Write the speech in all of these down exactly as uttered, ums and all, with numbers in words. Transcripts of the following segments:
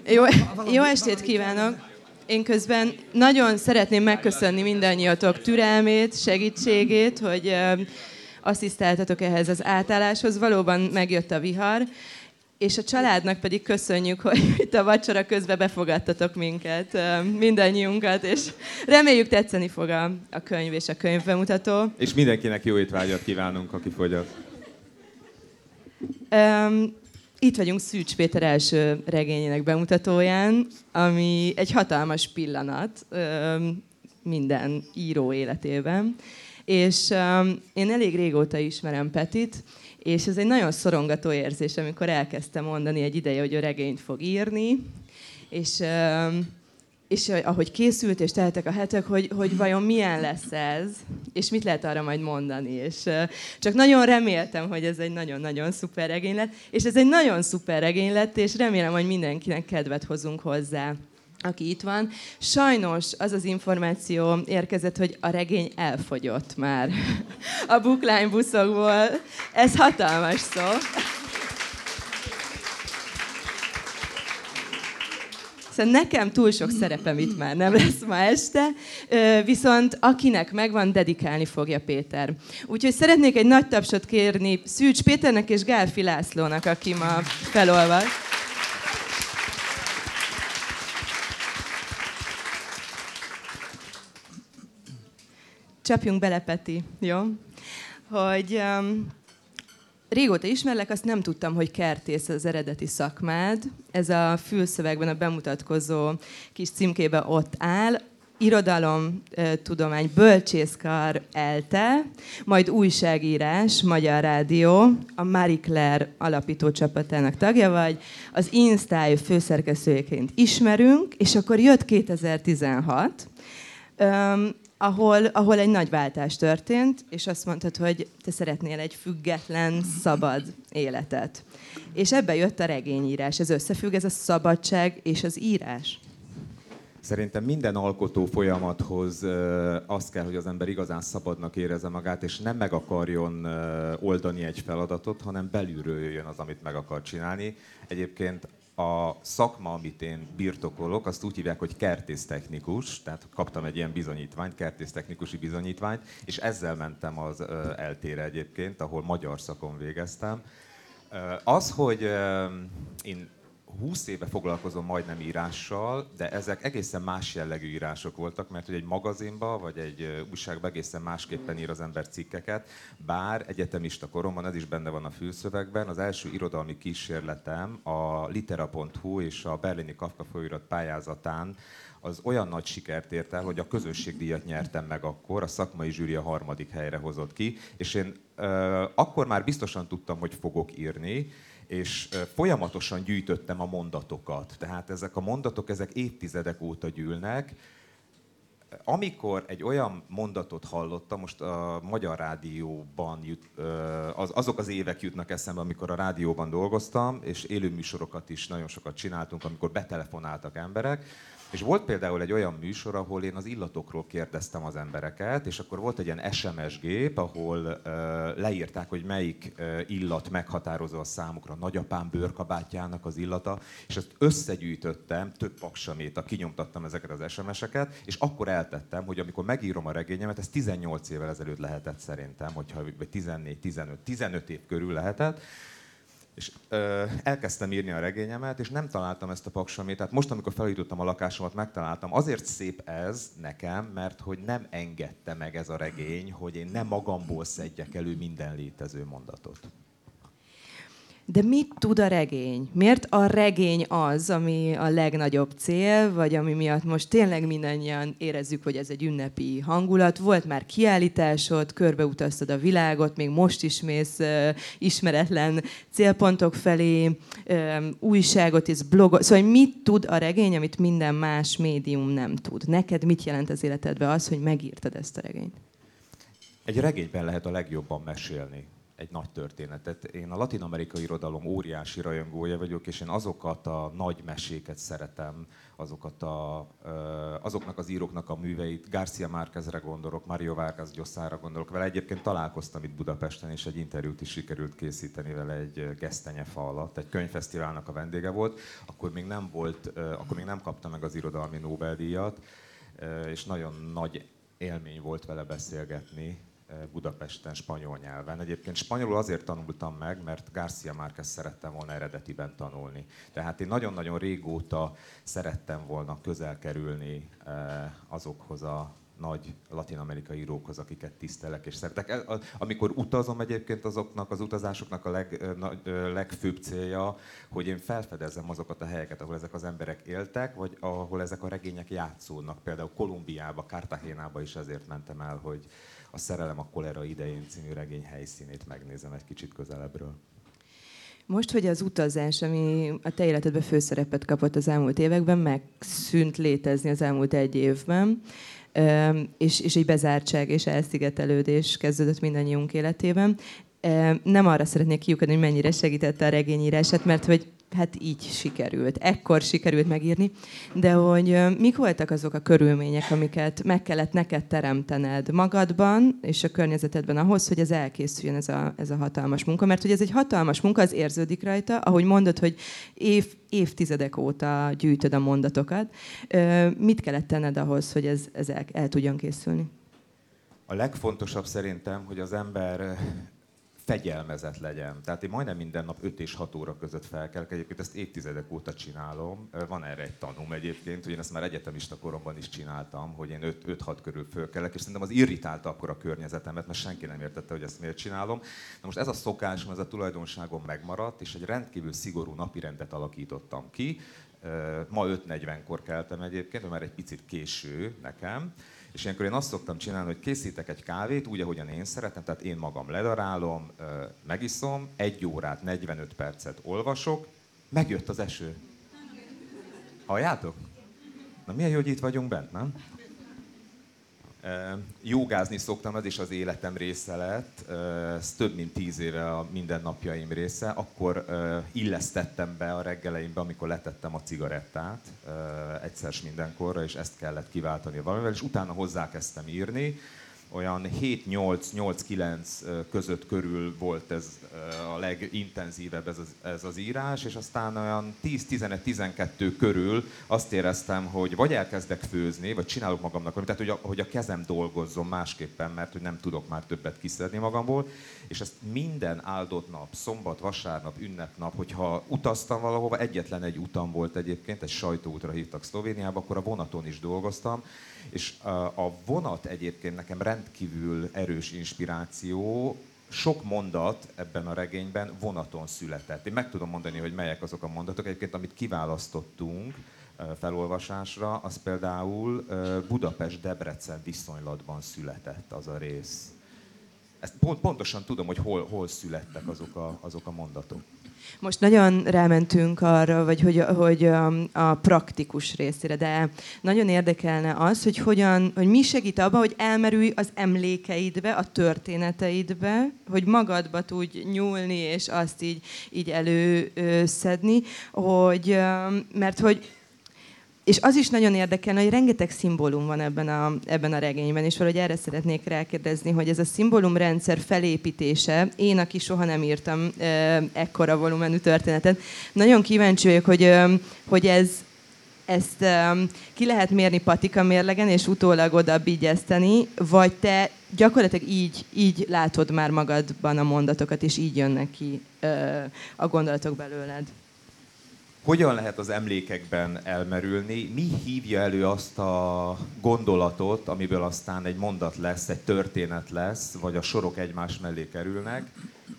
Jó, jó estét kívánok! Én közben nagyon szeretném megköszönni mindannyiatok türelmét, segítségét, hogy uh, asszisztáltatok ehhez az átálláshoz. Valóban megjött a vihar, és a családnak pedig köszönjük, hogy itt a vacsora közben befogadtatok minket, uh, mindannyiunkat, és reméljük tetszeni fog a, a könyv és a könyvbemutató. És mindenkinek jó étvágyat kívánunk, aki fogyaszt. Um, Itt vagyunk Szűcs Péter első regényének bemutatóján, ami egy hatalmas pillanat minden író életében. És én elég régóta ismerem Petit, és ez egy nagyon szorongató érzés, amikor elkezdtem mondani egy ideje, hogy a regényt fog írni, és, és ahogy készült, és teltek a hetek, hogy, hogy vajon milyen lesz ez, és mit lehet arra majd mondani. És csak nagyon reméltem, hogy ez egy nagyon-nagyon szuper regény lett, és ez egy nagyon szuper regény lett, és remélem, hogy mindenkinek kedvet hozunk hozzá, aki itt van. Sajnos az az információ érkezett, hogy a regény elfogyott már a Bookline buszokból. Ez hatalmas szó. Szóval nekem túl sok szerepem itt már nem lesz ma este, viszont akinek megvan, dedikálni fogja Péter. Úgyhogy szeretnék egy nagy tapsot kérni Szűcs Péternek és Gálfi Lászlónak, aki ma felolvas. Csapjunk bele, Peti, jó? Hogy... Um, Régóta ismerlek, azt nem tudtam, hogy kertész az eredeti szakmád. Ez a fülszövegben, a bemutatkozó kis címkében ott áll. Irodalom, tudomány, bölcsészkar, ELTE, majd újságírás, Magyar Rádió, a Marie Claire alapító csapatának tagja vagy, az InStyle főszerkesztőjeként ismerünk, és akkor jött kétezer-tizenhat, Ahol, ahol egy nagy váltás történt, és azt mondtad, hogy te szeretnél egy független, szabad életet. És ebbe jött a regényírás. Ez összefügg, ez a szabadság és az írás? Szerintem minden alkotó folyamathoz uh, az kell, hogy az ember igazán szabadnak érezze magát, és nem meg akarjon uh, oldani egy feladatot, hanem belülről jöjjön az, amit meg akar csinálni. Egyébként a szakma, amit én birtokolok, azt úgy hívják, hogy kertésztechnikus, tehát kaptam egy ilyen bizonyítványt, kertésztechnikusi bizonyítványt, és ezzel mentem az eltére egyébként, ahol magyar szakon végeztem. Az, hogy én húsz éve foglalkozom majdnem írással, de ezek egészen más jellegű írások voltak, mert hogy egy magazinba vagy egy újságban egészen másképpen ír az ember cikkeket, bár egyetemista koromban, ez is benne van a fülszövegben, az első irodalmi kísérletem a litera pont hu és a berlini Kafka folyóirat pályázatán az olyan nagy sikert ért el, hogy a közönségdíjat nyertem meg akkor, a szakmai zsűri a harmadik helyre hozott ki, és én ö, akkor már biztosan tudtam, hogy fogok írni, és folyamatosan gyűjtöttem a mondatokat. Tehát ezek a mondatok, ezek évtizedek óta gyűlnek. Amikor egy olyan mondatot hallottam, most a Magyar Rádióban, jut, az, azok az évek jutnak eszembe, amikor a rádióban dolgoztam, és élőműsorokat is nagyon sokat csináltunk, amikor betelefonáltak emberek, és volt például egy olyan műsor, ahol én az illatokról kérdeztem az embereket, és akkor volt egy ilyen es em es gép, ahol uh, leírták, hogy melyik uh, illat meghatározó a számukra, nagyapám bőrkabátjának az illata, és ezt összegyűjtöttem, több paksaméta, kinyomtattam ezeket az es em eseket, és akkor eltettem, hogy amikor megírom a regényemet, ez tizennyolc évvel ezelőtt lehetett szerintem, hogyha, vagy tizennégy, tizenöt, tizenöt év körül lehetett, és ö, elkezdtem írni a regényemet, és nem találtam ezt a paksamétát. Most, amikor felújítottam a lakásomat, megtaláltam. Azért szép ez nekem, mert hogy nem engedte meg ez a regény, hogy én nem magamból szedjek elő minden létező mondatot. De mit tud a regény? Miért a regény az, ami a legnagyobb cél, vagy ami miatt most tényleg mindannyian érezzük, hogy ez egy ünnepi hangulat? Volt már kiállításod, körbeutaztad a világot, még most is mész uh, ismeretlen célpontok felé, um, újságot és blogot. Szóval mit tud a regény, amit minden más médium nem tud? Neked mit jelent az életedben az, hogy megírtad ezt a regényt? Egy regényben lehet a legjobban mesélni. egy nagy történetet. Én a latin-amerikai irodalom óriási rajongója vagyok, és én azokat a nagy meséket szeretem, azokat a, azoknak az íróknak a műveit, García Márquezre gondolok, Mario Vargas Llosára gondolok, vele egyébként találkoztam itt Budapesten, és egy interjút is sikerült készíteni vele egy gesztenyefa alatt, egy könyvfesztiválnak a vendége volt, akkor még nem volt, akkor még nem kapta meg az irodalmi Nobel-díjat, és nagyon nagy élmény volt vele beszélgetni Budapesten spanyol nyelven. Egyébként spanyolul azért tanultam meg, mert García Márquez szerettem volna eredetiben tanulni. Tehát én nagyon-nagyon régóta szerettem volna közel kerülni azokhoz a nagy latin-amerikai írókhoz, akiket tisztelek és szeretek. Amikor utazom egyébként, azoknak az utazásoknak a leg, legfőbb célja, hogy én felfedezzem azokat a helyeket, ahol ezek az emberek éltek, vagy ahol ezek a regények játszódnak. Például Kolumbiába, Cartagenába is ezért mentem el, hogy a Szerelem a kolera idején című regény helyszínét megnézem egy kicsit közelebbről. Most, hogy az utazás, ami a te életedben főszerepet kapott az elmúlt években, megszűnt létezni az elmúlt egy évben, és, és egy bezártság és elszigetelődés kezdődött mindannyiunk életében. Nem arra szeretnék kiukadni, hogy mennyire segítette a regényírását, mert hogy hát így sikerült, ekkor sikerült megírni, de hogy mik voltak azok a körülmények, amiket meg kellett neked teremtened magadban és a környezetedben ahhoz, hogy ez elkészüljön, ez a, ez a hatalmas munka, mert hogy ez egy hatalmas munka, az érződik rajta, ahogy mondod, hogy év, évtizedek óta gyűjtöd a mondatokat. Mit kellett tenned ahhoz, hogy ez, ez el, el tudjon készülni? A legfontosabb szerintem, hogy az ember fegyelmezett legyen. Tehát én majdnem minden nap öt és hat óra között felkelek. Egyébként ezt évtizedek óta csinálom. Van erre egy tanúm egyébként, hogy én ezt már egyetemista koromban is csináltam, hogy én öt-hat körül fölkelek, és szerintem az irritálta akkor a környezetemet, mert senki nem értette, hogy ezt miért csinálom. Na most ez a szokásom, ez a tulajdonságom megmaradt, és egy rendkívül szigorú napirendet alakítottam ki. Ma öt negyvenkor keltem egyébként, mert egy picit késő nekem. És ilyenkor én azt szoktam csinálni, hogy készítek egy kávét úgy, ahogyan én szeretem, tehát én magam ledarálom, megiszom, egy órát, negyvenöt percet olvasok, megjött az eső. Halljátok? Na milyen jó, hogy itt vagyunk bent, nem? Jógázni szoktam, ez is az életem része lett, ez több mint tíz éve a mindennapjaim része. Akkor illesztettem be a reggeleimbe, amikor letettem a cigarettát egyszer s mindenkorra, és ezt kellett kiváltani valamivel, és utána hozzákezdtem írni. Olyan hét nyolc nyolc kilenc között körül volt ez a legintenzívebb ez az, ez az írás, és aztán olyan tíz tizenegy tizenkettő körül azt éreztem, hogy vagy elkezdek főzni, vagy csinálok magamnak valamit, tehát hogy a, hogy a kezem dolgozzon másképpen, mert hogy nem tudok már többet kiszedni magamból, és ezt minden áldott nap, szombat, vasárnap, ünnepnap, hogyha utaztam valahova, egyetlen egy utam volt egyébként, egy sajtóútra hívtak Szlovéniába, akkor a vonaton is dolgoztam, és a vonat egyébként nekem rendkívül erős inspiráció, sok mondat ebben a regényben vonaton született. Én meg tudom mondani, hogy melyek azok a mondatok, egyébként amit kiválasztottunk felolvasásra, az például Budapest-Debrecen viszonylatban született az a rész. Ezt pont, pontosan tudom, hogy hol, hol születtek azok a, azok a mondatok. Most nagyon rámentünk arra, vagy hogy, hogy a, a praktikus részére, de nagyon érdekelne az, hogy, hogyan, hogy mi segít abban, hogy elmerülj az emlékeidbe, a történeteidbe, hogy magadba tudj nyúlni, és azt így, így előszedni, hogy, mert hogy és az is nagyon érdekelne, hogy rengeteg szimbólum van ebben a, ebben a regényben, és valahogy erre szeretnék rákérdezni, hogy ez a szimbólumrendszer felépítése, én, aki soha nem írtam e, ekkora volumenű történetet, nagyon kíváncsi vagyok, hogy, e, hogy ez, ezt e, ki lehet mérni patika mérlegen, és utólag oda bigyeszteni, vagy te gyakorlatilag így, így látod már magadban a mondatokat, és így jönnek ki e, a gondolatok belőled. Hogyan lehet az emlékekben elmerülni? Mi hívja elő azt a gondolatot, amiből aztán egy mondat lesz, egy történet lesz, vagy a sorok egymás mellé kerülnek?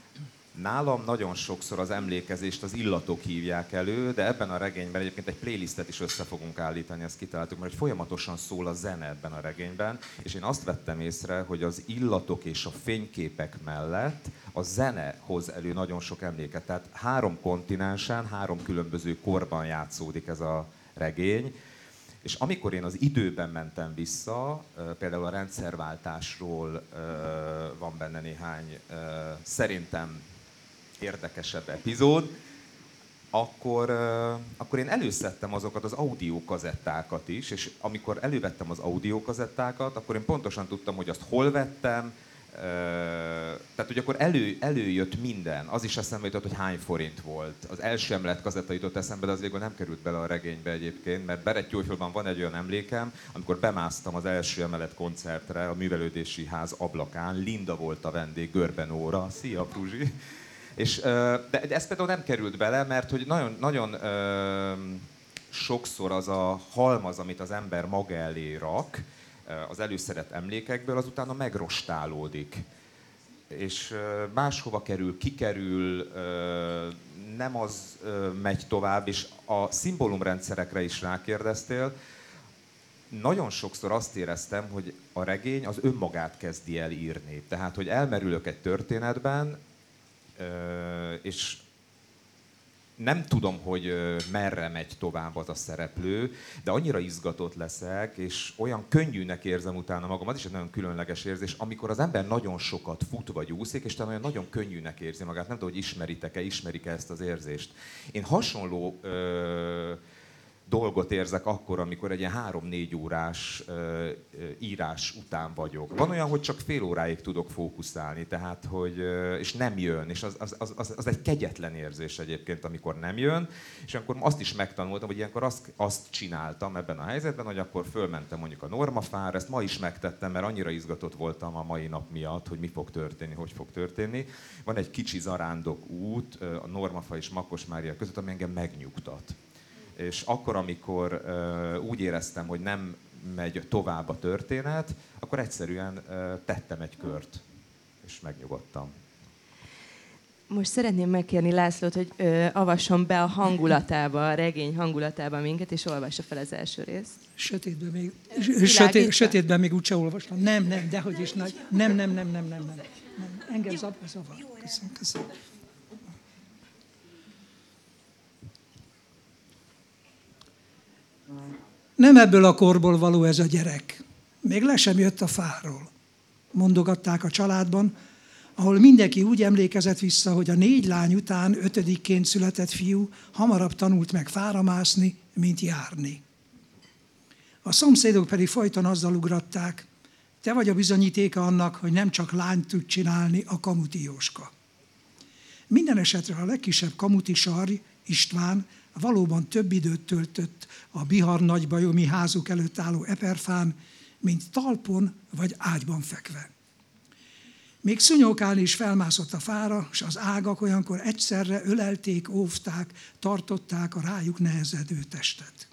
Nálam nagyon sokszor az emlékezést az illatok hívják elő, de ebben a regényben egyébként egy playlistet is össze fogunk állítani, ezt kitaláltuk, mert folyamatosan szól a zene ebben a regényben, és én azt vettem észre, hogy az illatok és a fényképek mellett a zene hoz elő nagyon sok emléket. Tehát három kontinensen, három különböző korban játszódik ez a regény, És amikor én az időben mentem vissza, például a rendszerváltásról van benne néhány szerintem érdekesebb epizód, akkor, akkor én előszedtem azokat az audiókazettákat is, és amikor elővettem az audiókazettákat, akkor én pontosan tudtam, hogy azt hol vettem, tehát, hogy akkor elő, előjött minden. Az is eszembe jutott, hogy hány forint volt. Az első emelet kazetta jutott eszembe, de az végül nem került bele a regénybe egyébként, mert Berettyóújfaluban van egy olyan emlékem, amikor bemásztam az első emelet koncertre a Művelődési Ház ablakán, Linda volt a vendég, Görben Óra, szia Fruzsi! És, de ez például nem került bele, mert hogy nagyon, nagyon sokszor az a halmaz, amit az ember maga elé rak, az előszedett emlékekből, az utána megrostálódik. És máshova kerül, kikerül, nem az megy tovább, és a szimbólumrendszerekre is rákérdeztél. Nagyon sokszor azt éreztem, hogy a regény az önmagát kezdi el írni. Tehát, hogy elmerülök egy történetben, és nem tudom, hogy merre megy tovább az a szereplő, de annyira izgatott leszek, és olyan könnyűnek érzem utána magam, az is egy nagyon különleges érzés, amikor az ember nagyon sokat fut vagy úszik, és talán olyan nagyon könnyűnek érzi magát. Nem tudom, hogy ismeritek-e, ismerik-e ezt az érzést. Én hasonló ö, dolgot érzek akkor, amikor egy ilyen három-négy órás ö, írás után vagyok. Van olyan, hogy csak fél óráig tudok fókuszálni, tehát, hogy, ö, és nem jön, és az, az, az, az egy kegyetlen érzés egyébként, amikor nem jön, és akkor azt is megtanultam, hogy ilyenkor azt, azt csináltam ebben a helyzetben, hogy akkor fölmentem mondjuk a Normafára, ezt ma is megtettem, mert annyira izgatott voltam a mai nap miatt, hogy mi fog történni, hogy fog történni. Van egy kicsi zarándok út a Normafa és Makosmária között, ami engem megnyugtat. És akkor, amikor uh, úgy éreztem, hogy nem megy tovább a történet, akkor egyszerűen uh, tettem egy kört, és megnyugodtam. Most szeretném megkérni Lászlót, hogy ö, avasson be a hangulatába, a regény hangulatába minket, és olvassa fel az első részt. Sötétben még, sötét, sötétben még úgyse olvastam. Nem, nem, dehogy is nagy. Nem, nem, nem, nem, nem, nem. nem. Engem zavar. Köszönöm, köszönöm. Nem ebből a korból való ez a gyerek. Még le sem jött a fáról. Mondogatták a családban, ahol mindenki úgy emlékezett vissza, hogy a négy lány után ötödikként született fiú hamarabb tanult meg fára mászni, mint járni. A szomszédok pedig folyton azzal ugratták, te vagy a bizonyítéka annak, hogy nem csak lányt tud csinálni a Kamuti Jóska. Minden esetre a legkisebb kamuti sarj, István, valóban több időt töltött a Bihar nagybajomi házuk előtt álló eperfán, mint talpon vagy ágyban fekve. Még szúnyogálni is felmászott a fára, és az ágak olyankor egyszerre ölelték, óvták, tartották a rájuk nehezedő testet.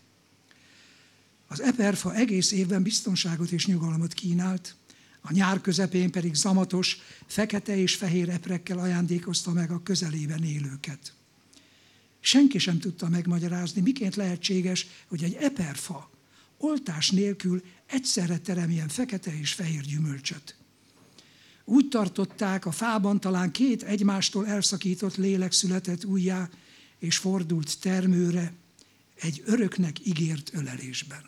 Az eperfa egész évben biztonságot és nyugalmat kínált, a nyár közepén pedig zamatos, fekete és fehér eprekkel ajándékozta meg a közelében élőket. Senki sem tudta megmagyarázni, miként lehetséges, hogy egy eperfa oltás nélkül egyszerre teremjen fekete és fehér gyümölcsöt. Úgy tartották, a fában talán két egymástól elszakított lélek született újjá, és fordult termőre egy öröknek ígért ölelésben.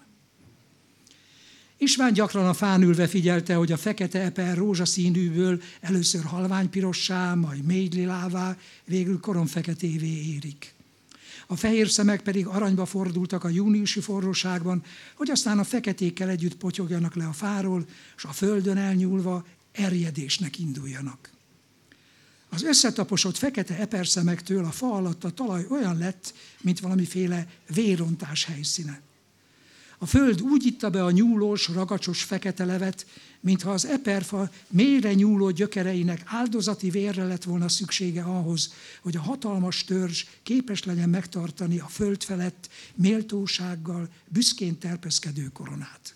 István gyakran a fán ülve figyelte, hogy a fekete eper rózsaszínűből először halványpirossá, majd mélylilává, végül koromfeketévé érik. A fehér szemek pedig aranyba fordultak a júniusi forróságban, hogy aztán a feketékkel együtt potyogjanak le a fáról, és a földön elnyúlva erjedésnek induljanak. Az összetaposott fekete eperszemektől a fa alatt a talaj olyan lett, mint valamiféle vérontás helyszíne. A föld úgy itta be a nyúlós, ragacsos fekete levet, mintha az eperfa mélyre nyúló gyökereinek áldozati vérre lett volna szüksége ahhoz, hogy a hatalmas törzs képes legyen megtartani a föld felett méltósággal büszkén terpeszkedő koronát.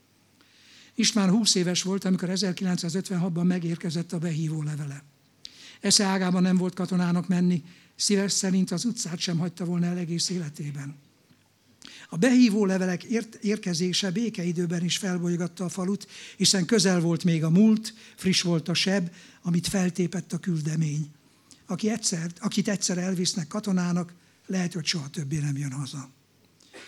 István húsz éves volt, amikor ezerkilencszázötvenhatban megérkezett a behívó levele. Esze ágában nem volt katonának menni, szíves szerint az utcát sem hagyta volna el egész életében. A behívó levelek érkezése békeidőben is felbolygatta a falut, hiszen közel volt még a múlt, friss volt a seb, amit feltépett a küldemény. Aki egyszer, akit egyszer elvisznek katonának, lehet, hogy soha többé nem jön haza.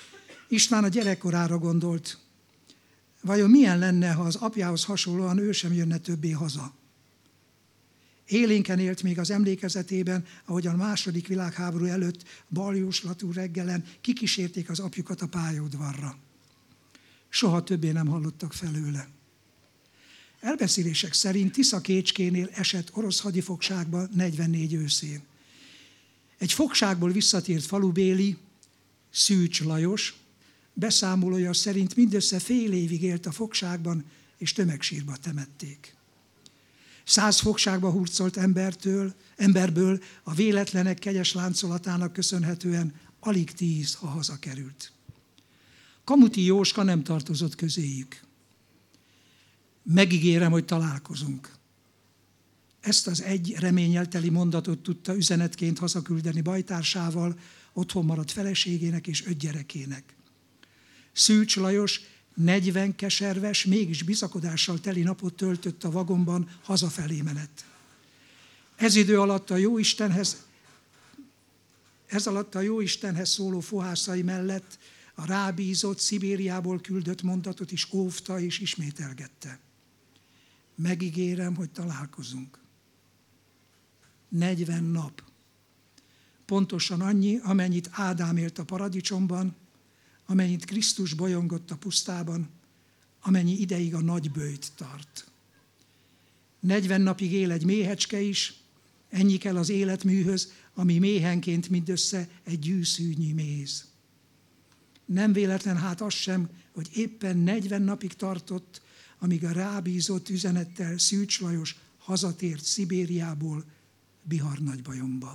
István a gyerekkorára gondolt. Vajon milyen lenne, ha az apjához hasonlóan ő sem jönne többé haza? Élénken élt még az emlékezetében, ahogy a második világháború előtt baljóslatú reggelen kikísérték az apjukat a pályaudvarra. Soha többé nem hallottak felőle. Elbeszélések szerint Tisza-Kécskénél esett orosz hadifogságba negyvennégy őszén. Egy fogságból visszatért falubéli, Szűcs Lajos beszámolója szerint mindössze fél évig élt a fogságban, és tömegsírba temették. Száz fogságba hurcolt embertől, emberből a véletlenek kegyes láncolatának köszönhetően alig tíz, ha hazakerült. Kamuti Jóska nem tartozott közéjük. Megígérem, hogy találkozunk. Ezt az egy reménnyel teli mondatot tudta üzenetként hazaküldeni bajtársával, otthon maradt feleségének és öt gyerekének. Szűcs Lajos negyven keserves, mégis bizakodással teli napot töltött a vagonban hazafelé menet. Ez idő alatt a Jóistenhez, ez alatt a Jóistenhez szóló fohászai mellett a rábízott, Szibériából küldött mondatot is óvta és ismételgette. Megígérem, hogy találkozunk. negyven nap. Pontosan annyi, amennyit Ádám élt a paradicsomban, amennyit Krisztus bolyongott a pusztában, amennyi ideig a nagy böjt tart. negyven napig él egy méhecske is, ennyi kell az életműhöz, ami méhenként mindössze egy gyűszűnyi méz. Nem véletlen hát az sem, hogy éppen negyven napig tartott, amíg a rábízott üzenettel Szűcs Lajos hazatért Szibériából Bihar-Nagybajomba.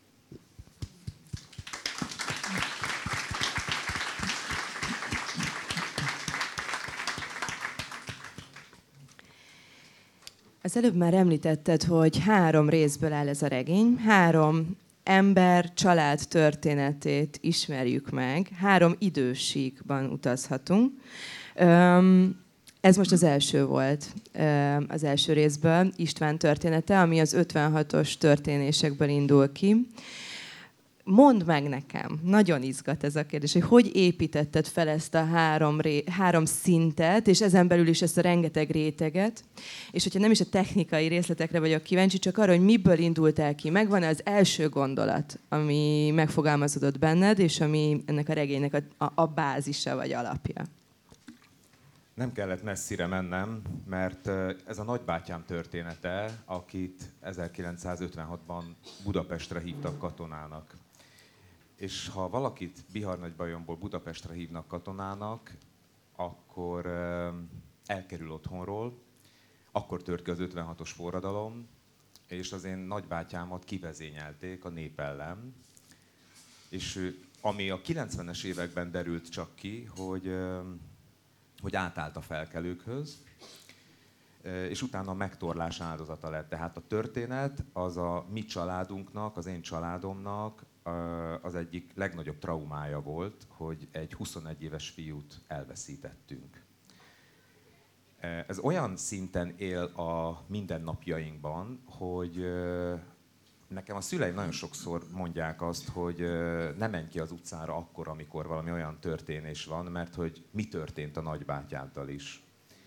Az előbb már említetted, hogy három részből áll ez a regény, három ember, család történetét ismerjük meg, három idősíkban utazhatunk. Ez most az első volt, az első részből, István története, ami az ötvenhatos történésekből indul ki. Mondd meg nekem, nagyon izgat ez a kérdés, hogy hogy építetted fel ezt a három, ré, három szintet, és ezen belül is ezt a rengeteg réteget, és hogyha nem is a technikai részletekre vagyok kíváncsi, csak arra, hogy miből indultál ki, megvan-e az első gondolat, ami megfogalmazódott benned, és ami ennek a regénynek a, a, a bázisa vagy alapja? Nem kellett messzire mennem, mert ez a nagybátyám története, akit ezerkilencszázötvenhatban Budapestre hívtak katonának. És ha valakit Bihar-Nagybajomból Budapestre hívnak katonának, akkor elkerül otthonról, akkor tört ki az ötvenhatos forradalom, és az én nagybátyámat kivezényelték a nép ellen. És ami a kilencvenes években derült csak ki, hogy, hogy átállt a felkelőkhöz, és utána a megtorlás áldozata lett. Tehát a történet az a mi családunknak, az én családomnak az egyik legnagyobb traumája volt, hogy egy huszonegy éves fiút elveszítettünk. Ez olyan szinten él a mindennapjainkban, hogy nekem a szüleim nagyon sokszor mondják azt, hogy ne menj ki az utcára akkor, amikor valami olyan történés van, mert hogy mi történt a nagybátyáddal is.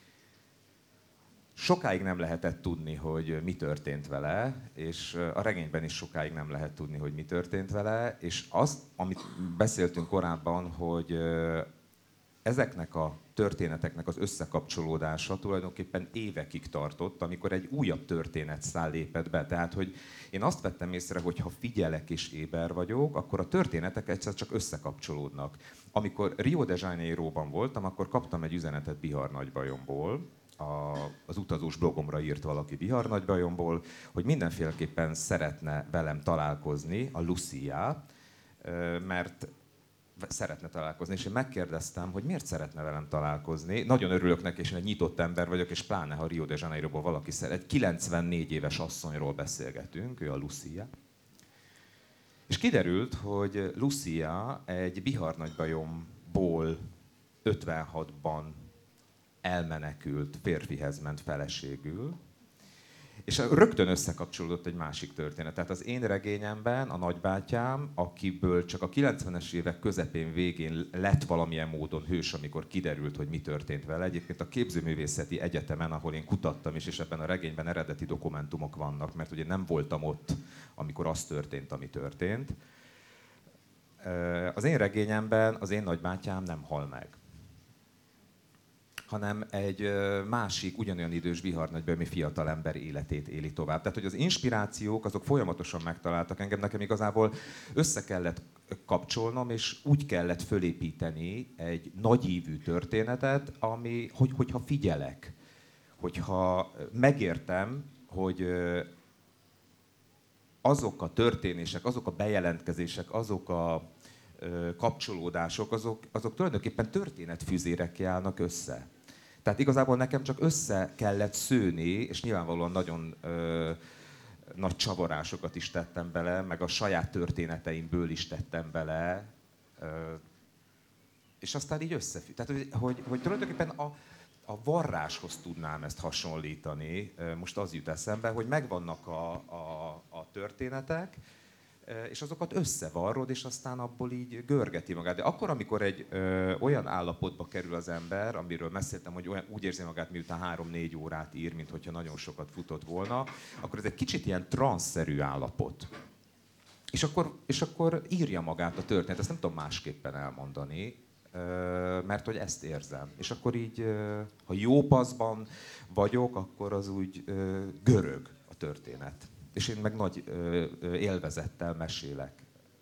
Sokáig nem lehetett tudni, hogy mi történt vele, és a regényben is sokáig nem lehet tudni, hogy mi történt vele, és azt, amit beszéltünk korábban, hogy ezeknek a történeteknek az összekapcsolódása tulajdonképpen évekig tartott, amikor egy újabb történetszál lépett be. Tehát, hogy én azt vettem észre, hogy ha figyelek és éber vagyok, akkor a történetek egyszer csak összekapcsolódnak. Amikor Rio de Janeiroban voltam, akkor kaptam egy üzenetet Bihar-Nagybajomból, A, az utazós blogomra írt valaki Bihar-Nagybajomból, hogy mindenféleképpen szeretne velem találkozni, a Lucia, mert szeretne találkozni, és én megkérdeztem, hogy miért szeretne velem találkozni. Nagyon örülök neki, és én egy nyitott ember vagyok, és pláne, ha Rio de Janeiroból valaki szeret. Egy kilencvennégy éves asszonyról beszélgetünk, ő a Lucia. És kiderült, hogy Lucia egy Bihar-Nagybajomból ötvenhatban elmenekült férfihez ment feleségül, És rögtön összekapcsolódott egy másik történet. Tehát az én regényemben a nagybátyám, akiből csak a kilencvenes évek közepén végén lett valamilyen módon hős, amikor kiderült, hogy mi történt vele. Egyébként a Képzőművészeti Egyetemen, ahol én kutattam is, és ebben a regényben eredeti dokumentumok vannak, mert ugye nem voltam ott, amikor az történt, ami történt. Az én regényemben az én nagybátyám nem hal meg, hanem egy másik, ugyanolyan idős viharnagybelmi fiatalember életét éli tovább. Tehát, hogy az inspirációk, azok folyamatosan megtaláltak engem, nekem igazából össze kellett kapcsolnom, és úgy kellett fölépíteni egy nagyívű történetet, ami, hogy, hogyha figyelek, hogyha megértem, hogy azok a történések, azok a bejelentkezések, azok a kapcsolódások, azok, azok tulajdonképpen történetfüzérekkel állnak össze. Tehát igazából nekem csak össze kellett szőni, és nyilvánvalóan nagyon ö, nagy csavarásokat is tettem bele, meg a saját történeteimből is tettem bele, ö, és aztán így összefügg. Tehát, hogy, hogy, hogy tulajdonképpen a, a varráshoz tudnám ezt hasonlítani. Most az jut eszembe, hogy megvannak a, a, a történetek, és azokat összevarrod, és aztán abból így görgeti magát. De akkor, amikor egy ö, olyan állapotba kerül az ember, amiről beszéltem, hogy olyan, úgy érzi magát, miután három-négy órát ír, mint hogyha nagyon sokat futott volna, akkor ez egy kicsit ilyen transzszerű állapot. És akkor, és akkor írja magát a történet. Ezt nem tudom másképpen elmondani, ö, mert hogy ezt érzem. És akkor így, ö, ha jó paszban vagyok, akkor az úgy ö, görög a történet. És én meg nagy ö, ö, élvezettel mesélek.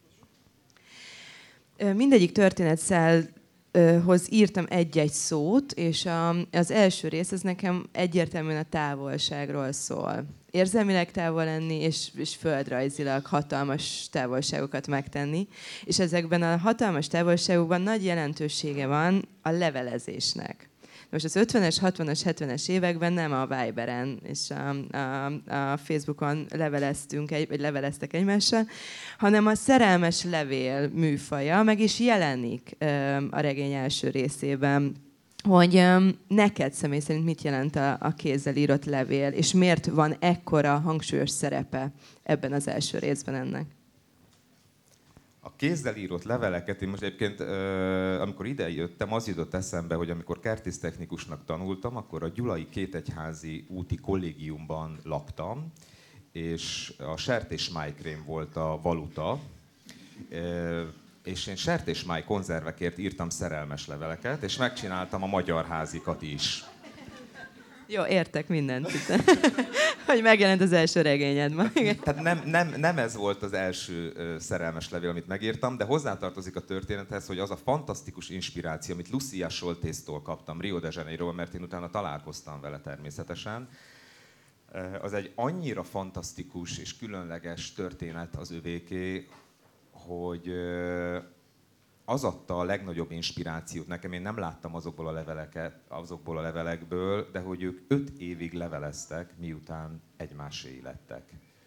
Mindegyik történetszálhoz írtam egy-egy szót, és a, az első rész az nekem egyértelműen a távolságról szól. Érzelmileg távol lenni, és, és földrajzilag hatalmas távolságokat megtenni. És ezekben a hatalmas távolságokban nagy jelentősége van a levelezésnek. Most az ötvenes, hatvanas, hetvenes években nem a Viberen és a, a, a Facebookon leveleztünk, egy, vagy leveleztek egymással, hanem a szerelmes levél műfaja meg is jelenik a regény első részében, hogy neked személy szerint mit jelent a, a kézzel írott levél, és miért van ekkora hangsúlyos szerepe ebben az első részben ennek? A kézzel írott leveleket, én most egyébként, amikor ide jöttem, az jutott eszembe, hogy amikor kertésztechnikusnak tanultam, akkor a Gyulai Kétegyházi úti kollégiumban laktam, és a sertésmájkrém volt a valuta, és én sertésmáj konzervekért írtam szerelmes leveleket, és megcsináltam a magyar házikat is. Jó, értek mindent. Hogy megjelent az első regényed ma. Tehát nem, nem, nem ez volt az első uh, szerelmes levél, amit megírtam, de hozzátartozik a történethez, hogy az a fantasztikus inspiráció, amit Lucia Soltésztól kaptam Rio de Janeiróban, mert én utána találkoztam vele természetesen, uh, az egy annyira fantasztikus és különleges történet az övéké, hogy uh, az adta a legnagyobb inspirációt nekem, én nem láttam azokból a leveleket, azokból a levelekből, de hogy ők öt évig leveleztek, miután egymáséi lettek.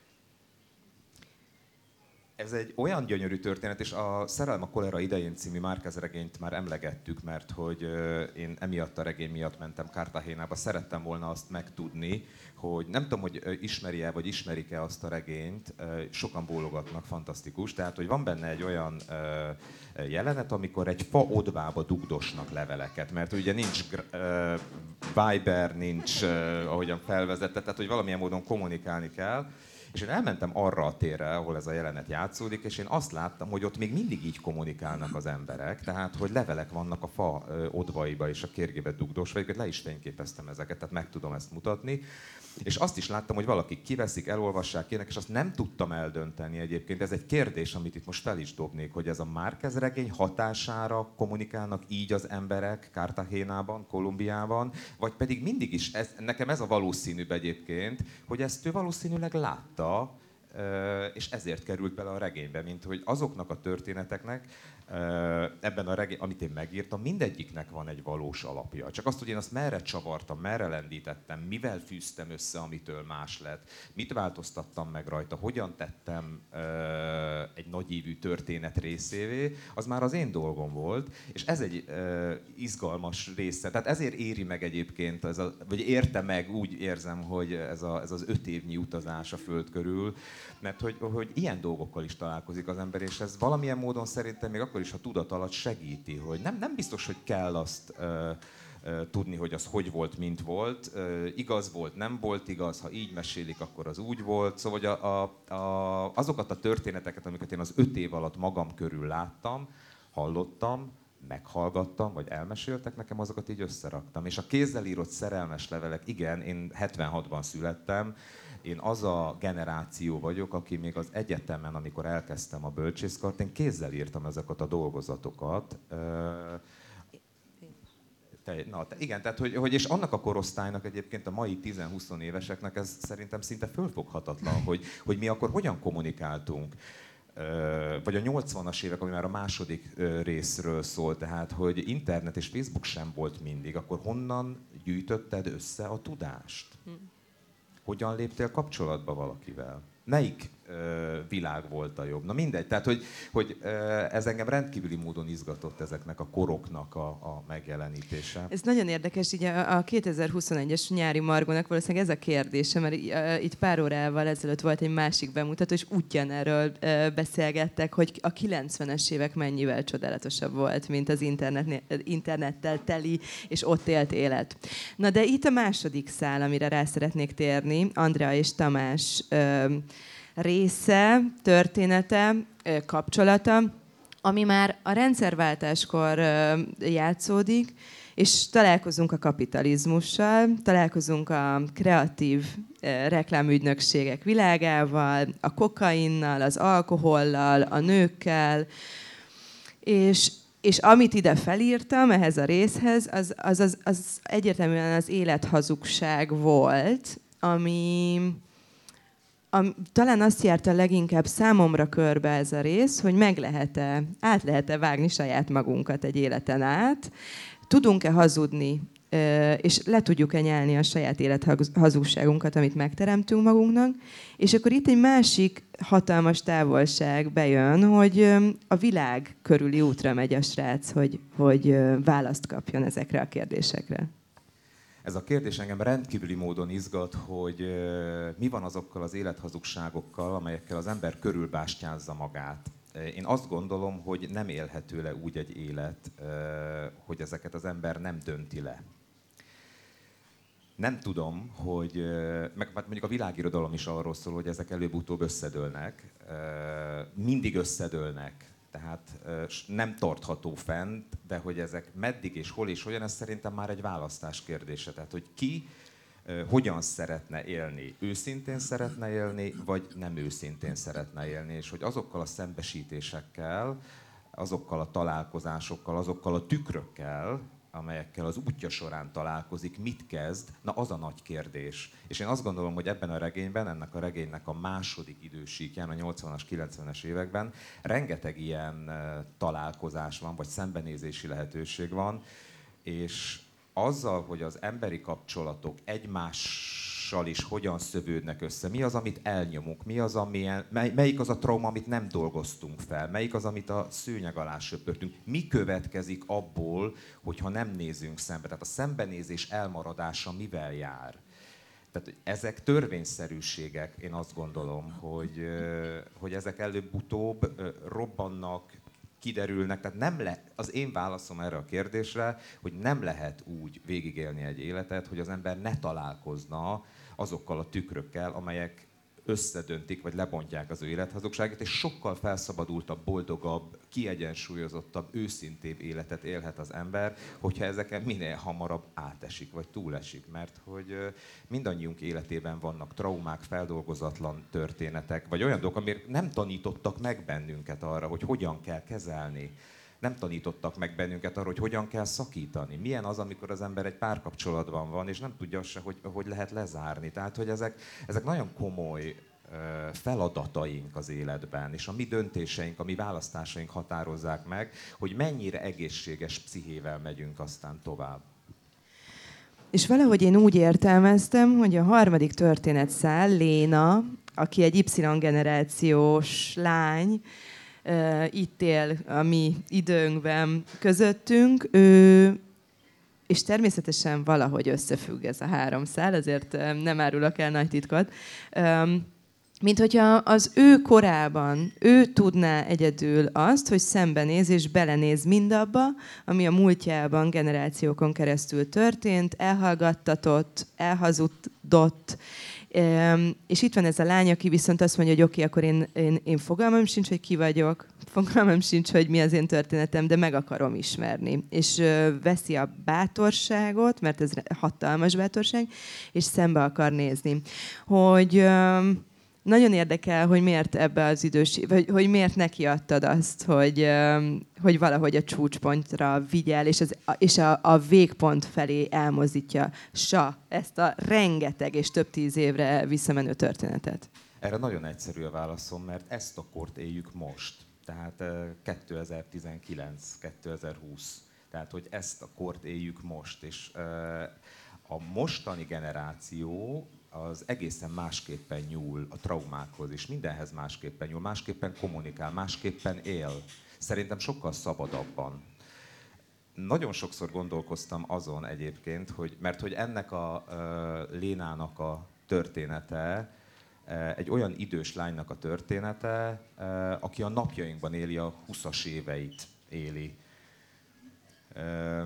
Ez egy olyan gyönyörű történet, és a Szerelem a kolera idején című Márquez regényt már emlegettük, mert hogy én emiatt a regény miatt mentem Cartagenába, szerettem volna azt megtudni, hogy nem tudom, hogy ismeri-e, vagy ismerik-e azt a regényt, sokan bólogatnak, fantasztikus, tehát hogy van benne egy olyan jelenet, amikor egy fa odvába dugdosnak leveleket, mert ugye nincs Viber, nincs, ahogyan felvezette, tehát hogy valamilyen módon kommunikálni kell. És én elmentem arra a térre, ahol ez a jelenet játszódik, és én azt láttam, hogy ott még mindig így kommunikálnak az emberek, tehát hogy levelek vannak a fa odvaiba és a kérgébe dugdosva, és le is fényképeztem ezeket, tehát meg tudom ezt mutatni. És azt is láttam, hogy valakik kiveszik, elolvassák ilyenek, és azt nem tudtam eldönteni egyébként. Ez egy kérdés, amit itt most fel is dobnék, hogy ez a Márquez regény hatására kommunikálnak így az emberek Cartagénában, Kolumbiában, vagy pedig mindig is, ez, nekem ez a valószínűbb egyébként, hogy ezt ő valószínűleg látta, és ezért került bele a regénybe, mint hogy azoknak a történeteknek, ebben a regény, amit én megírtam, mindegyiknek van egy valós alapja. Csak azt, hogy én azt merre csavartam, merre lendítettem, mivel fűztem össze, amitől más lett, mit változtattam meg rajta, hogyan tettem egy nagyívű történet részévé, az már az én dolgom volt, és ez egy izgalmas része. Tehát ezért éri meg egyébként, ez a, vagy érte meg, úgy érzem, hogy ez, a, ez az öt évnyi utazás a Föld körül, mert hogy, hogy ilyen dolgokkal is találkozik az ember, és ez valamilyen módon szerintem még akkor is, ha tudat alatt segíti, hogy nem, nem biztos, hogy kell azt uh, uh, tudni, hogy az hogy volt, mint volt. Uh, igaz volt, nem volt igaz, ha így mesélik, akkor az úgy volt. Szóval hogy a, a, a, azokat a történeteket, amiket én az öt év alatt magam körül láttam, hallottam, meghallgattam, vagy elmeséltek nekem, azokat így összeraktam. És a kézzel írott szerelmes levelek, igen, én hetvenhatban születtem, én az a generáció vagyok, aki még az egyetemen, amikor elkezdtem a bölcsészkart, én kézzel írtam ezeket a dolgozatokat. Te, na, te, igen, tehát hogy, hogy és annak a korosztálynak egyébként a mai tíz-húsz éveseknek ez szerintem szinte fölfoghatatlan, hogy, hogy mi akkor hogyan kommunikáltunk. Vagy a nyolcvanas évek, ami már a második részről szól, tehát hogy internet és Facebook sem volt mindig, akkor honnan gyűjtötted össze a tudást? Hogyan léptél kapcsolatba valakivel? Melyik ö, világ volt a jobb? Na mindegy, tehát hogy, hogy ö, ez engem rendkívüli módon izgatott ezeknek a koroknak a, a megjelenítése. Ez nagyon érdekes, így a, a kétezer-huszonegyes nyári Margónak valószínűleg ez a kérdése, mert itt pár órával ezelőtt volt egy másik bemutató, és ugyanerről beszélgettek, hogy a kilencvenes évek mennyivel csodálatosabb volt, mint az internet, internettel teli és ott élt élet. Na de itt a második szál, amire rá szeretnék térni, Andrea és Tamás része, története, kapcsolata, ami már a rendszerváltáskor játszódik, és találkozunk a kapitalizmussal, találkozunk a kreatív reklámügynökségek világával, a kokainnal, az alkohollal, a nőkkel, és, és amit ide felírtam ehhez a részhez, az, az, az, az egyértelműen az élethazugság volt, ami... A, talán azt járta leginkább számomra körbe ez a rész, hogy meg lehet-e, át lehet-e vágni saját magunkat egy életen át, tudunk-e hazudni, és le tudjuk-e nyelni a saját élethazugságunkat, amit megteremtünk magunknak. És akkor itt egy másik hatalmas távolság bejön, hogy a világ körüli útra megy a srác, hogy, hogy választ kapjon ezekre a kérdésekre. Ez a kérdés engem rendkívüli módon izgat, hogy mi van azokkal az élethazugságokkal, amelyekkel az ember körülbástyázza magát. Én azt gondolom, hogy nem élhető le úgy egy élet, hogy ezeket az ember nem dönti le. Nem tudom, hogy, meg mondjuk a világirodalom is arról szól, hogy ezek előbb-utóbb összedőlnek, mindig összedőlnek. Tehát nem tartható fent, de hogy ezek meddig és hol és hogyan, ez szerintem már egy választás kérdése. Tehát, hogy ki hogyan szeretne élni. Őszintén szeretne élni, vagy nem őszintén szeretne élni. És hogy azokkal a szembesítésekkel, azokkal a találkozásokkal, azokkal a tükrökkel, amelyekkel az útja során találkozik, mit kezd, na az a nagy kérdés. És én azt gondolom, hogy ebben a regényben, ennek a regénynek a második idősíkján, a nyolcvanas, kilencvenes években rengeteg ilyen találkozás van, vagy szembenézési lehetőség van, és azzal, hogy az emberi kapcsolatok egymással is hogyan szövődnek össze, mi az, amit elnyomunk, mi az, amilyen, mely, melyik az a trauma, amit nem dolgoztunk fel, melyik az, amit a szőnyeg alá söpörtünk, mi következik abból, hogyha nem nézünk szembe. Tehát a szembenézés elmaradása mivel jár? Tehát ezek törvényszerűségek, én azt gondolom, hogy, hogy ezek előbb-utóbb robbannak, kiderülnek, tehát nem le, az én válaszom erre a kérdésre, hogy nem lehet úgy végigélni egy életet, hogy az ember ne találkozna azokkal a tükrökkel, amelyek összedöntik, vagy lebontják az ő élethazugságát, és sokkal felszabadultabb, boldogabb, kiegyensúlyozottabb, őszintébb életet élhet az ember, hogyha ezeken minél hamarabb átesik, vagy túlesik. Mert hogy mindannyiunk életében vannak traumák, feldolgozatlan történetek, vagy olyan dolgok, amik nem tanítottak meg bennünket arra, hogy hogyan kell kezelni. Nem tanítottak meg bennünket arra, hogy hogyan kell szakítani. Milyen az, amikor az ember egy párkapcsolatban van, és nem tudja se, hogy, hogy lehet lezárni. Tehát, hogy ezek, ezek nagyon komoly feladataink az életben, és a mi döntéseink, a mi választásaink határozzák meg, hogy mennyire egészséges pszichével megyünk aztán tovább. És valahogy én úgy értelmeztem, hogy a harmadik történetszál, Léna, aki egy Y-generációs lány, itt él a mi időnkben közöttünk, ő, és természetesen valahogy összefügg ez a három szál, azért nem árulok el nagy titkot, mint hogyha az ő korában ő tudná egyedül azt, hogy szembenéz és belenéz mindabba, ami a múltjában generációkon keresztül történt, elhallgattatott, elhazudott, és itt van ez a lány, aki viszont azt mondja, hogy oké, okay, akkor én, én, én fogalmam sincs, hogy ki vagyok, fogalmam sincs, hogy mi az én történetem, de meg akarom ismerni. És veszi a bátorságot, mert ez hatalmas bátorság, és szembe akar nézni. Hogy nagyon érdekel, hogy miért ebbe az idős, vagy hogy miért neki adtad azt, hogy, hogy valahogy a csúcspontra vigyel, és, az, és a, a végpont felé elmozdítja sa ezt a rengeteg és több tíz évre visszamenő történetet. Erre nagyon egyszerű a válaszom, mert ezt a kort éljük most. Tehát kétezer-tizenkilenc kétezer-húsz. Tehát, hogy ezt a kort éljük most. És a mostani generáció az egészen másképpen nyúl a traumákhoz, és mindenhez másképpen nyúl, másképpen kommunikál, másképpen él. Szerintem sokkal szabadabban. Nagyon sokszor gondolkoztam azon egyébként, hogy, mert hogy ennek a uh, Lénának a története, uh, egy olyan idős lánynak a története, uh, aki a napjainkban éli, a húszas éveit éli. Uh,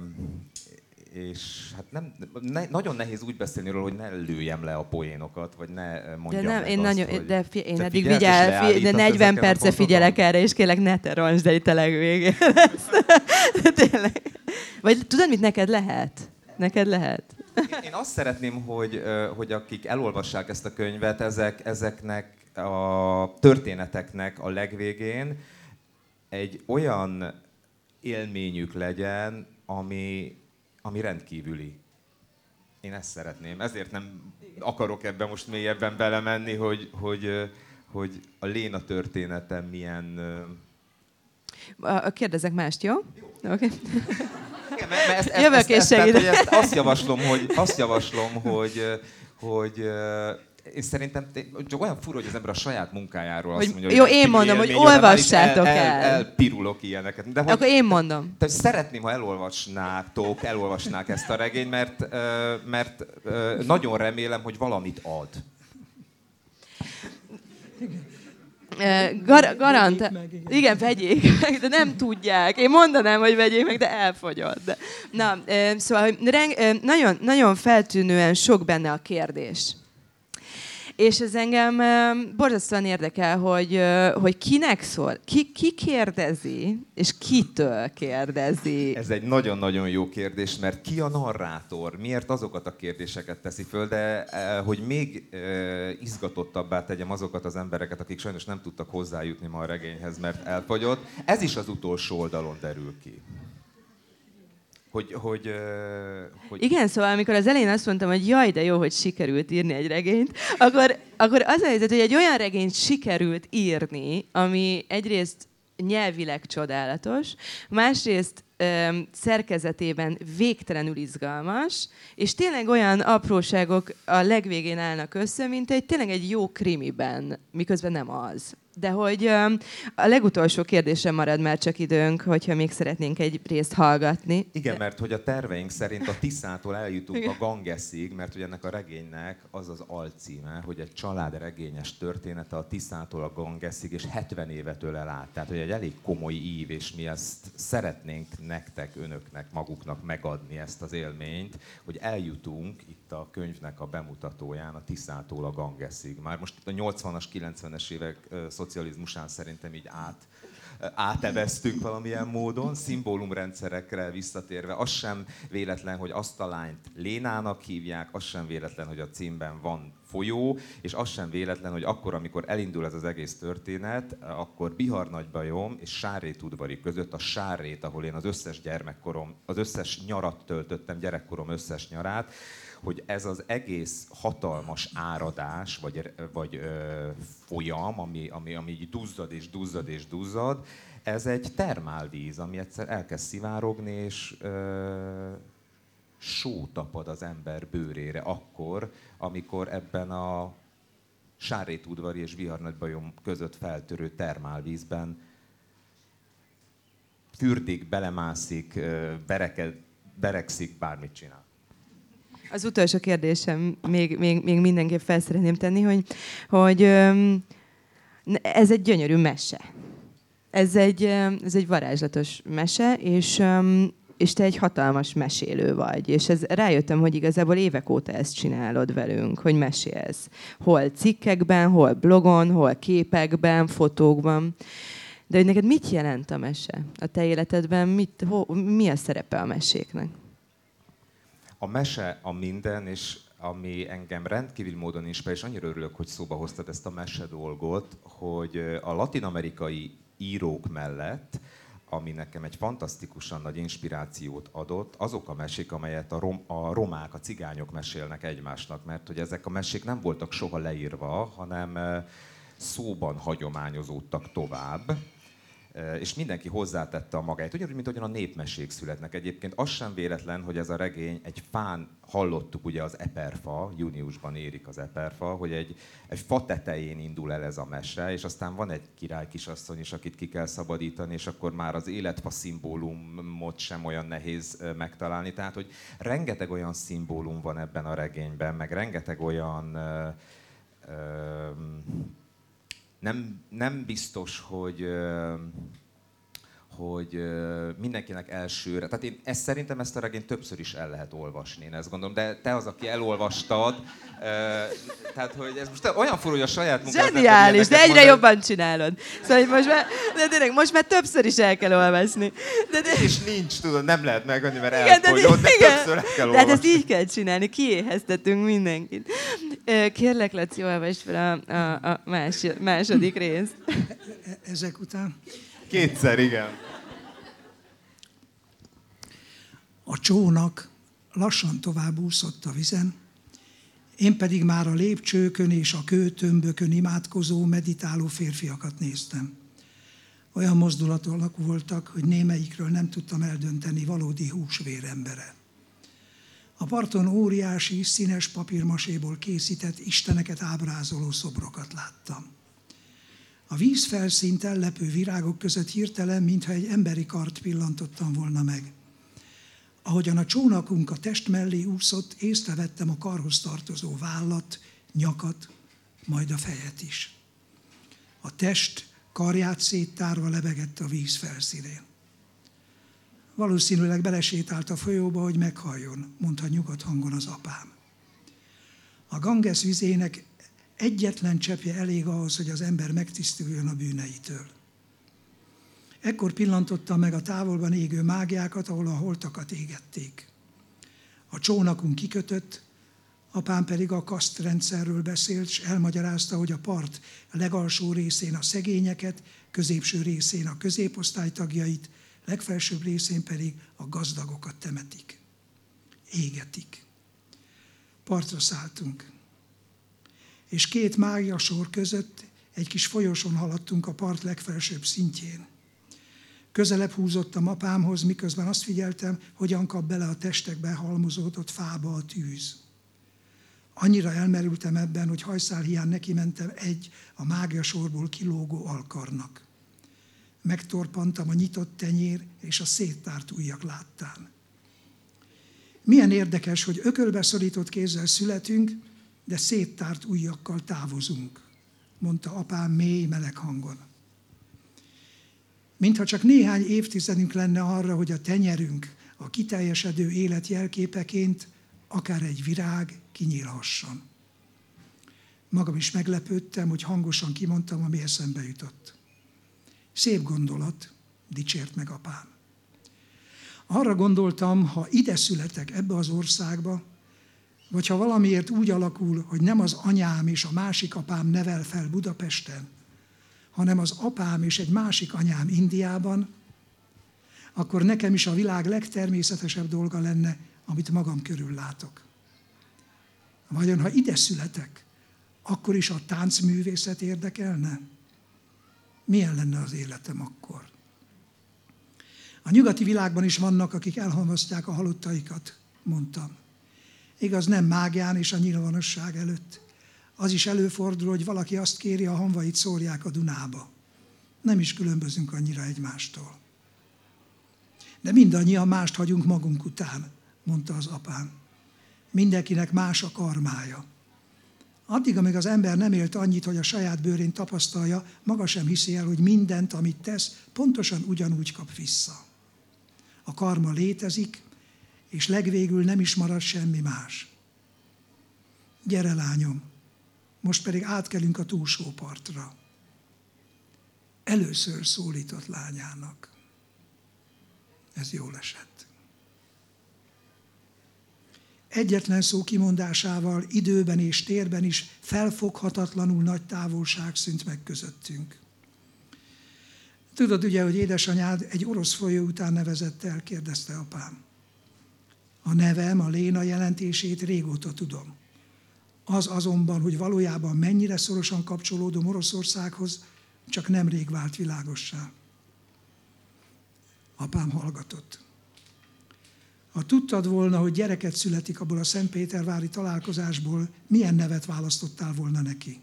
és hát nem, ne, nagyon nehéz úgy beszélni róla, hogy ne lőjem le a poénokat, vagy ne mondjam de nem, meg én azt, nagyon, hogy... De fi, én eddig vigyel, fi, de negyven perce figyelek erre, és kérlek, ne te roncsd el itt a legvégén. Tényleg. Vagy tudod, mit neked lehet? Neked lehet? Én, én azt szeretném, hogy, hogy akik elolvassák ezt a könyvet, ezek, ezeknek a történeteknek a legvégén egy olyan élményük legyen, ami ami rendkívüli. Én ezt szeretném. Ezért nem akarok ebben most mélyebben belemenni, hogy, hogy, hogy a Léna története milyen... A, kérdezek mást, jó? Jó. Okay. Igen, mert ezt, ezt, Jövök ezt, és ezt, tehát, segítek. hogy ezt azt javaslom, hogy, azt javaslom, hogy, hogy én szerintem csak olyan fura, hogy az ember a saját munkájáról azt mondja, hogy... Jó, én mondom, hogy olvassátok el. el. Elpirulok ilyeneket. De hogy, Akkor én mondom. Tehát szeretném, ha elolvasnátok, elolvasnák ezt a regényt, mert, mert nagyon remélem, hogy valamit ad. Gar- garant... Igen, vegyék meg, de nem tudják. Én mondanám, hogy vegyék meg, de elfogyott. De... Na, szóval reng- nagyon, nagyon feltűnően sok benne a kérdés. És ez engem borzasztóan érdekel, hogy, hogy kinek szól, ki, ki kérdezi, és kitől kérdezi. Ez egy nagyon-nagyon jó kérdés, mert ki a narrátor? Miért azokat a kérdéseket teszi föl, de hogy még izgatottabbá tegyem azokat az embereket, akik sajnos nem tudtak hozzájutni ma a regényhez, mert elfogyott, ez is az utolsó oldalon derül ki. Hogy, hogy, hogy... Igen, szóval amikor az elején azt mondtam, hogy jaj, de jó, hogy sikerült írni egy regényt, akkor, akkor az a helyzet, hogy egy olyan regényt sikerült írni, ami egyrészt nyelvileg csodálatos, másrészt öm, szerkezetében végtelenül izgalmas, és tényleg olyan apróságok a legvégén állnak össze, mint egy tényleg egy jó krimiben, miközben nem az. De hogy a legutolsó kérdésre marad már csak időnk, hogyha még szeretnénk egy részt hallgatni. Igen, mert hogy a terveink szerint a Tiszától eljutunk Igen. a Gangeszig, mert hogy ennek a regénynek az az alcíme, hogy egy család regényes története a Tiszától a Gangeszig, és hetven évet ölel át. Tehát, hogy egy elég komoly ív, és mi ezt szeretnénk nektek, önöknek, maguknak megadni ezt az élményt, hogy eljutunk itt a könyvnek a bemutatóján a Tiszától a Gangeszig. Már most a nyolcvanas, kilencvenes évek szocializmusán szerintem így át, áteveztünk valamilyen módon, szimbólumrendszerekre visszatérve. Az sem véletlen, hogy azt a lányt Lénának hívják, az sem véletlen, hogy a címben van folyó, és az sem véletlen, hogy akkor, amikor elindul ez az egész történet, akkor Bihar-Nagybajom és Sárrét-udvari között, a Sárrét, ahol én az összes gyermekkorom, az összes nyarat töltöttem, gyerekkorom összes nyarát, hogy ez az egész hatalmas áradás, vagy, vagy ö, folyam, ami, ami, ami így duzzad és duzzad és duzzad, ez egy termálvíz, ami egyszer elkezd szivárogni, és ö, só tapad az ember bőrére akkor, amikor ebben a Sárrét-udvari és Bihar-Nagybajom között feltörő termálvízben fürdik, belemászik, bereked, beregszik, bármit csinál. Az utolsó kérdésem még, még, még mindenképp fel szeretném tenni, hogy, hogy ez egy gyönyörű mese. Ez egy, ez egy varázslatos mese, és, és te egy hatalmas mesélő vagy. És ez, rájöttem, hogy igazából évek óta ezt csinálod velünk, hogy mesélsz. Hol cikkekben, hol blogon, hol képekben, fotókban. De hogy neked mit jelent a mese? A te életedben mit, ho, mi a szerepe a meséknek? A mese a minden, és ami engem rendkívül módon inspirál, és annyira örülök, hogy szóba hoztad ezt a mese dolgot, hogy a latin-amerikai írók mellett, ami nekem egy fantasztikusan nagy inspirációt adott, azok a mesék, amelyet a, rom, a romák, a cigányok mesélnek egymásnak, mert hogy ezek a mesék nem voltak soha leírva, hanem szóban hagyományozódtak tovább, és mindenki hozzátette a magáét. Ugyanúgy, mint ahogyan a népmesék születnek. Egyébként az sem véletlen, hogy ez a regény egy fán, hallottuk ugye az eperfa, júniusban érik az eperfa, hogy egy, egy fa tetején indul el ez a mese, és aztán van egy király kisasszony is, akit ki kell szabadítani, és akkor már az életfa szimbólumot sem olyan nehéz megtalálni. Tehát, hogy rengeteg olyan szimbólum van ebben a regényben, meg rengeteg olyan... Ö, ö, Nem, nem biztos, hogy, hogy mindenkinek elsőre. Tehát én ezt, szerintem ezt a regényt többször is el lehet olvasni, én ezt gondolom. De te az, aki elolvastad, tehát hogy ez most olyan furú, hogy a saját munkát... Zseniális, de egyre mondani. Jobban csinálod. Szóval hogy most már, de tényleg, most már többször is el kell olvasni. De, de... És nincs, tudod, nem lehet megvenni, mert elfogyott, de, de, de többször el kell olvasni. Tehát ezt így kell csinálni, kiéheztetünk mindenkit. Kérlek, Laci, olvasd fel a, a, a más, második részt. Ezek után? Kétszer, igen. A csónak lassan tovább úszott a vizen, én pedig már a lépcsőkön és a kőtömbökön imádkozó, meditáló férfiakat néztem. Olyan mozdulatok voltak, hogy némelyikről nem tudtam eldönteni valódi húsvér embere. A parton óriási, színes papírmaséból készített isteneket ábrázoló szobrokat láttam. A vízfelszínt ellepő virágok között hirtelen, mintha egy emberi kart pillantottam volna meg. Ahogyan a csónakunk a test mellé úszott, észrevettem a karhoz tartozó vállat, nyakat, majd a fejet is. A test karját széttárva lebegett a víz felszínén. Valószínűleg belesétált a folyóba, hogy meghalljon, mondta nyugodt hangon az apám. A Ganges vizének egyetlen cseppje elég ahhoz, hogy az ember megtisztuljon a bűneitől. Ekkor pillantottam meg a távolban égő mágiákat, ahol a holtakat égették. A csónakunk kikötött, apám pedig a kasztrendszerről beszélt, és elmagyarázta, hogy a part legalsó részén a szegényeket, középső részén a középosztály tagjait, legfelsőbb részén pedig a gazdagokat temetik. Égetik. Partra szálltunk. És két mágiasor között egy kis folyosón haladtunk a part legfelsőbb szintjén. Közelebb húzottam apámhoz, miközben azt figyeltem, hogyan kap bele a testekbe halmozódott fába a tűz. Annyira elmerültem ebben, hogy hajszálhián neki mentem egy a mágiasorból kilógó alkarnak. Megtorpantam a nyitott tenyér és a széttárt ujjak láttán. Milyen érdekes, hogy ökölbe szorított kézzel születünk, de széttárt ujjakkal távozunk, mondta apám mély, meleg hangon. Mintha csak néhány évtizedünk lenne arra, hogy a tenyerünk a kiteljesedő élet jelképeként akár egy virág kinyílhasson. Magam is meglepődtem, hogy hangosan kimondtam, ami eszembe jutott. Szép gondolat, dicsért meg apám. Arra gondoltam, ha ide születek ebbe az országba, Vagy ha valamiért úgy alakul, hogy nem az anyám és a másik apám nevel fel Budapesten, hanem az apám és egy másik anyám Indiában, akkor nekem is a világ legtermészetesebb dolga lenne, amit magam körül látok. Vajon ha ide születek, akkor is a táncművészet érdekelne? Milyen lenne az életem akkor? A nyugati világban is vannak, akik elhamvasztják a halottaikat, mondtam. Igaz, nem mágián és a nyilvánosság előtt. Az is előfordul, hogy valaki azt kéri, a hamvait szórják a Dunába. Nem is különbözünk annyira egymástól. De mindannyian mást hagyunk magunk után, mondta az apám. Mindenkinek más a karmája. Addig, amíg az ember nem élt annyit, hogy a saját bőrén tapasztalja, maga sem hiszi el, hogy mindent, amit tesz, pontosan ugyanúgy kap vissza. A karma létezik, és legvégül nem is marad semmi más. Gyere, lányom, most pedig átkelünk a túlsó partra. Először szólított lányának. Ez jól esett. Egyetlen szó kimondásával időben és térben is felfoghatatlanul nagy távolság szűnt meg közöttünk. Tudod ugye, hogy édesanyád egy orosz folyó után nevezett el, kérdezte apám. A nevem, a Léna jelentését régóta tudom. Az azonban, hogy valójában mennyire szorosan kapcsolódom Oroszországhoz, csak nemrég vált világossá. Apám hallgatott. Ha tudtad volna, hogy gyereket születik abból a szentpétervári találkozásból, milyen nevet választottál volna neki?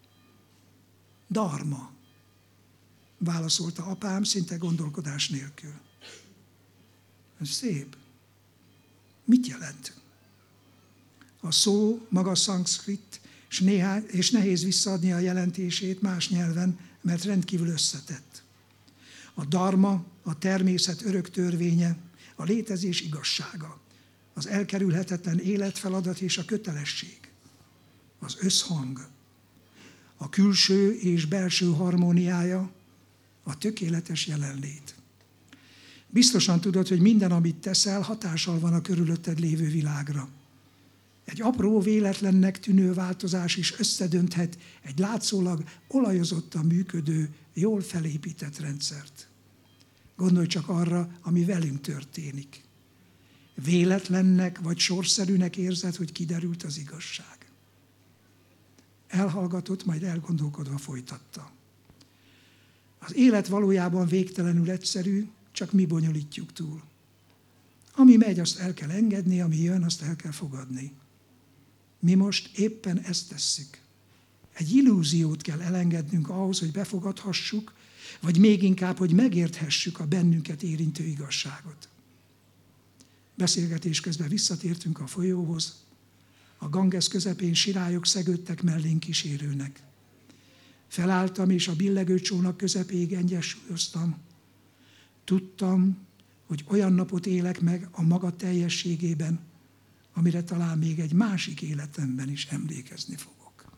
Dharma, válaszolta apám szinte gondolkodás nélkül. Ez szép. Mit jelent? A szó maga szanszkrit, és, néha, és nehéz visszaadni a jelentését más nyelven, mert rendkívül összetett. A dharma, a természet örök törvénye, a létezés igazsága, az elkerülhetetlen életfeladat és a kötelesség, az összhang, a külső és belső harmóniája, a tökéletes jelenlét. Biztosan tudod, hogy minden, amit teszel, hatással van a körülötted lévő világra. Egy apró, véletlennek tűnő változás is összedönthet egy látszólag olajozottan működő, jól felépített rendszert. Gondolj csak arra, ami velünk történik. Véletlennek vagy sorszerűnek érzed, hogy kiderült az igazság. Elhallgatott, majd elgondolkodva folytatta. Az élet valójában végtelenül egyszerű, csak mi bonyolítjuk túl. Ami megy, azt el kell engedni, ami jön, azt el kell fogadni. Mi most éppen ezt tesszük. Egy illúziót kell elengednünk ahhoz, hogy befogadhassuk, vagy még inkább, hogy megérthessük a bennünket érintő igazságot. Beszélgetés közben visszatértünk a folyóhoz. A Ganges közepén sirályok szegődtek mellénk kísérőnek. Felálltam, és a billegő csónak közepéig egyensúlyoztam. Tudtam, hogy olyan napot élek meg a maga teljességében, amire talán még egy másik életemben is emlékezni fogok.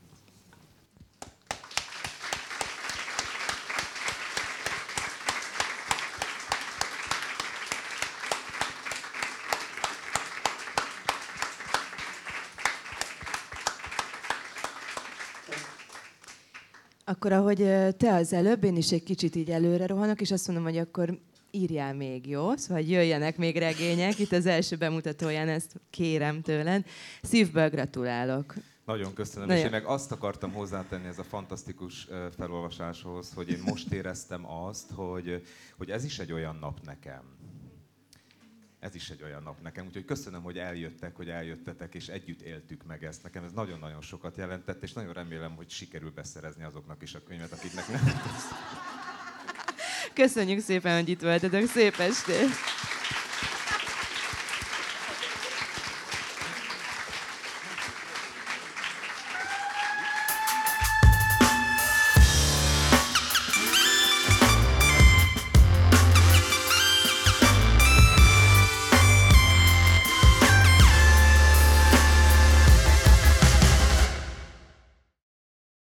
Akkor, ahogy te az előbb, én is egy kicsit így előre rohanok, és azt mondom, hogy akkor írjál még, jó? Szóval jöjjenek még regények. Itt az első bemutatóján ezt kérem tőled. Szívből gratulálok. Nagyon köszönöm, Nagyon. és én meg azt akartam hozzátenni ez a fantasztikus felolvasáshoz, hogy én most éreztem azt, hogy, hogy ez is egy olyan nap nekem. Ez is egy olyan nap nekem, úgyhogy köszönöm, hogy eljöttek, hogy eljöttetek, és együtt éltük meg ezt. Nekem ez nagyon-nagyon sokat jelentett, és nagyon remélem, hogy sikerül beszerezni azoknak is a könyvet, akiknek nem. Köszönjük szépen, hogy itt voltatok. Szép estét!